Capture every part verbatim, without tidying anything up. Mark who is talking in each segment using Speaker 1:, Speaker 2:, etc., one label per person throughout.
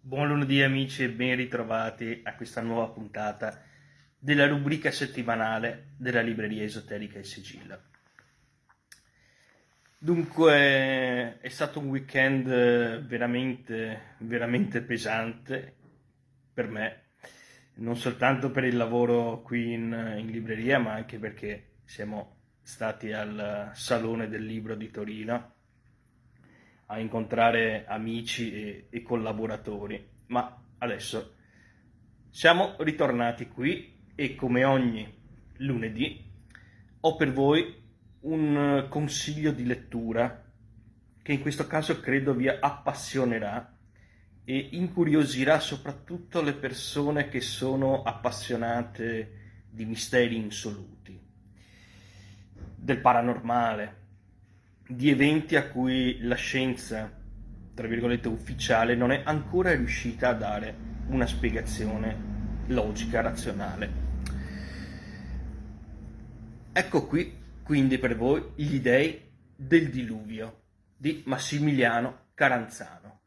Speaker 1: Buon lunedì amici e ben ritrovati a questa nuova puntata della rubrica settimanale della libreria esoterica Il Sigillo. Dunque è stato un weekend veramente, veramente pesante per me, non soltanto per il lavoro qui in, in libreria, ma anche perché siamo stati al Salone del Libro di Torino a incontrare amici e, e collaboratori, ma adesso siamo ritornati qui e come ogni lunedì ho per voi un consiglio di lettura che in questo caso credo vi appassionerà e incuriosirà soprattutto le persone che sono appassionate di misteri insoluti, del paranormale, di eventi a cui la scienza, tra virgolette, ufficiale non è ancora riuscita a dare una spiegazione logica, razionale. Ecco qui quindi per voi Gli Dei del Diluvio di Massimiliano Caranzano.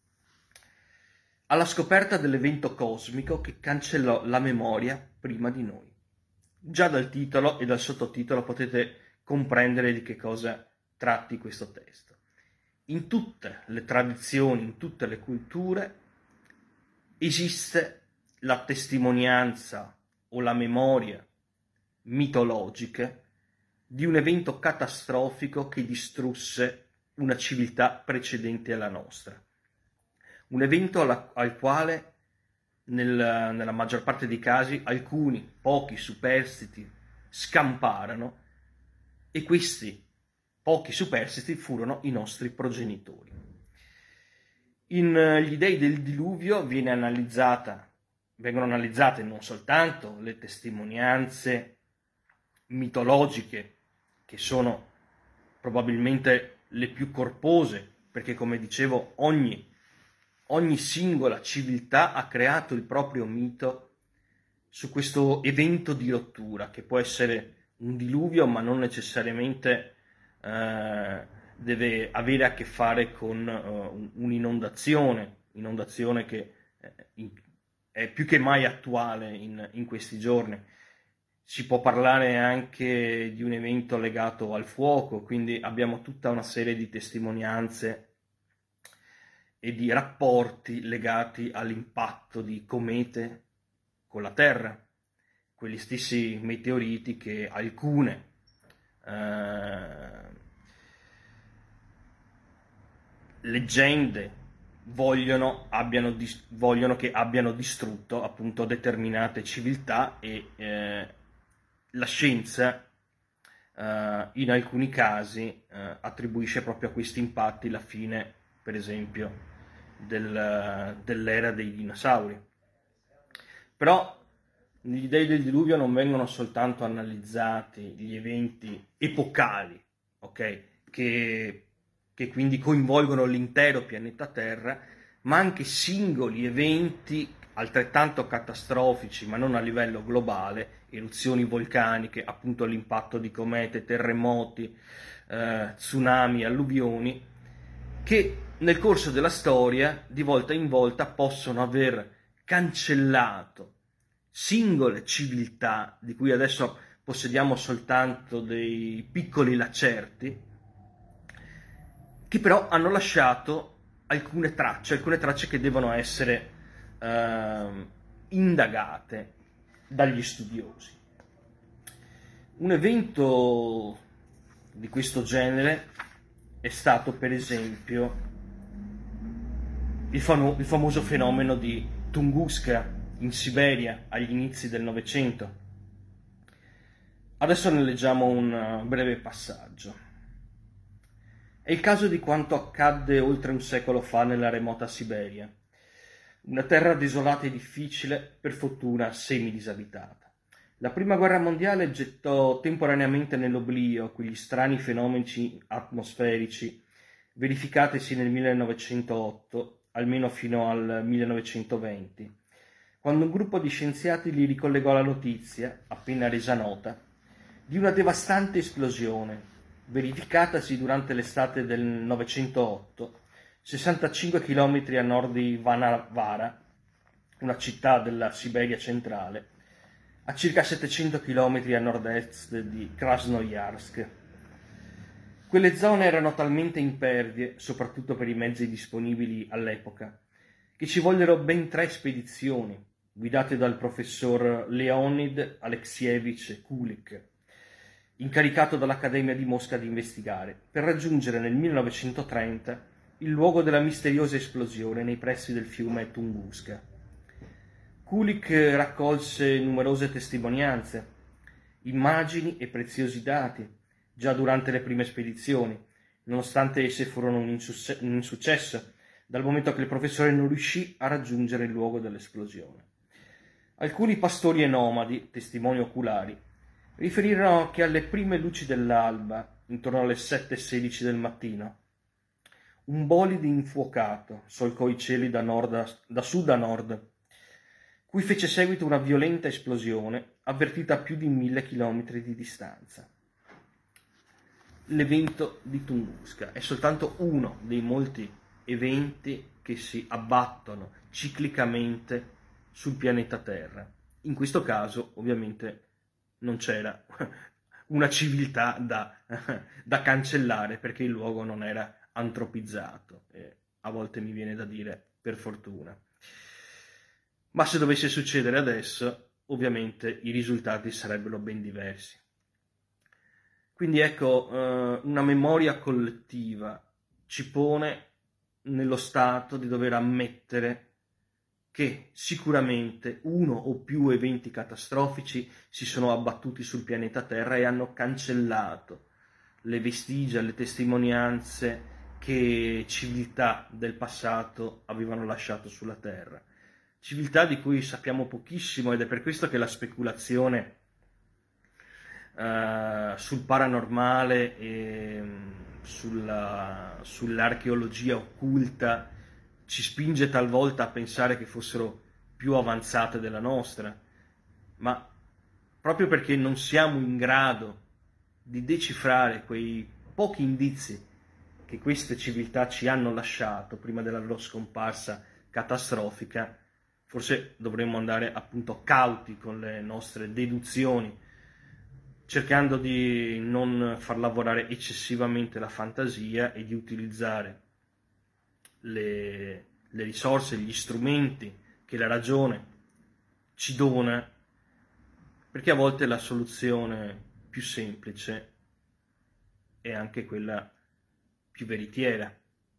Speaker 1: Alla scoperta dell'evento cosmico che cancellò la memoria prima di noi. Già dal titolo e dal sottotitolo potete comprendere di che cosa tratti questo testo. In tutte le tradizioni, in tutte le culture, esiste la testimonianza o la memoria mitologica di un evento catastrofico che distrusse una civiltà precedente alla nostra. Un evento alla, al quale, nel, nella maggior parte dei casi, alcuni, pochi superstiti scamparono e questi pochi superstiti furono i nostri progenitori. In Gli Dei del Diluvio viene analizzata, vengono analizzate non soltanto le testimonianze mitologiche, che sono probabilmente le più corpose, perché come dicevo ogni, ogni singola civiltà ha creato il proprio mito su questo evento di rottura, che può essere un diluvio, ma non necessariamente Uh, deve avere a che fare con uh, un'inondazione, inondazione che uh, è più che mai attuale in, in questi giorni. Si può parlare anche di un evento legato al fuoco, quindi abbiamo tutta una serie di testimonianze e di rapporti legati all'impatto di comete con la Terra, quegli stessi meteoriti che alcune Uh, leggende vogliono, abbiano dis- vogliono che abbiano distrutto appunto determinate civiltà e eh, la scienza uh, in alcuni casi uh, attribuisce proprio a questi impatti la fine, per esempio, del, dell'era dei dinosauri. Però Gli Dei del Diluvio non vengono soltanto analizzati gli eventi epocali, ok? Che, che quindi coinvolgono l'intero pianeta Terra, ma anche singoli eventi altrettanto catastrofici, ma non a livello globale, eruzioni vulcaniche, appunto l'impatto di comete, terremoti, eh, tsunami, alluvioni, che nel corso della storia, di volta in volta, possono aver cancellato singole civiltà di cui adesso possediamo soltanto dei piccoli lacerti, che però hanno lasciato alcune tracce, alcune tracce che devono essere eh, indagate dagli studiosi. Un evento di questo genere è stato per esempio il, famo- il famoso fenomeno di Tunguska in Siberia agli inizi del Novecento. Adesso ne leggiamo un breve passaggio. È il caso di quanto accadde oltre un secolo fa nella remota Siberia, una terra desolata e difficile, per fortuna semi-disabitata. La prima guerra mondiale gettò temporaneamente nell'oblio quegli strani fenomeni atmosferici verificatisi nel millenovecentootto, almeno fino al millenovecentoventi, quando un gruppo di scienziati gli ricollegò la notizia, appena resa nota, di una devastante esplosione verificatasi durante l'estate del novecentootto sessantacinque chilometri a nord di Vanavara, una città della Siberia centrale, a circa settecento chilometri a nord-est di Krasnojarsk. Quelle zone erano talmente impervie, soprattutto per i mezzi disponibili all'epoca, che ci vollero ben tre spedizioni, guidate dal professor Leonid Alexievich Kulik, incaricato dall'Accademia di Mosca di investigare, per raggiungere nel millenovecentotrenta il luogo della misteriosa esplosione nei pressi del fiume Tunguska. Kulik raccolse numerose testimonianze, immagini e preziosi dati già durante le prime spedizioni, nonostante esse furono un, insucce- un insuccesso, dal momento che il professore non riuscì a raggiungere il luogo dell'esplosione. Alcuni pastori e nomadi, testimoni oculari, riferirono che alle prime luci dell'alba, intorno alle sette e sedici del mattino, un bolide infuocato solcò i cieli da, nord a, da sud a nord, cui fece seguito una violenta esplosione avvertita a più di mille chilometri di distanza. L'evento di Tunguska è soltanto uno dei molti eventi che si abbattono ciclicamente sul pianeta Terra. In questo caso, ovviamente, non c'era una civiltà da, da cancellare, perché il luogo non era antropizzato, e a volte mi viene da dire per fortuna. Ma se dovesse succedere adesso, ovviamente i risultati sarebbero ben diversi. Quindi ecco, eh, una memoria collettiva ci pone nello stato di dover ammettere che sicuramente uno o più eventi catastrofici si sono abbattuti sul pianeta Terra e hanno cancellato le vestigia, le testimonianze che civiltà del passato avevano lasciato sulla Terra. Civiltà di cui sappiamo pochissimo, ed è per questo che la speculazione Uh, sul paranormale e sulla, sull'archeologia occulta ci spinge talvolta a pensare che fossero più avanzate della nostra, ma proprio perché non siamo in grado di decifrare quei pochi indizi che queste civiltà ci hanno lasciato prima della loro scomparsa catastrofica, forse dovremmo andare appunto cauti con le nostre deduzioni, cercando di non far lavorare eccessivamente la fantasia e di utilizzare le, le risorse, gli strumenti che la ragione ci dona, perché a volte la soluzione più semplice è anche quella più veritiera.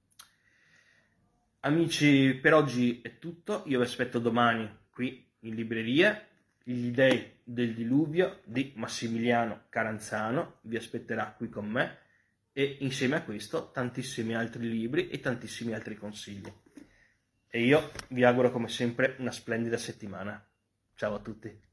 Speaker 1: Amici, per oggi è tutto, io vi aspetto domani qui in libreria. Gli dei del diluvio di Massimiliano Caranzano vi aspetterà qui con me, e insieme a questo tantissimi altri libri e tantissimi altri consigli. E io vi auguro come sempre una splendida settimana. Ciao a tutti.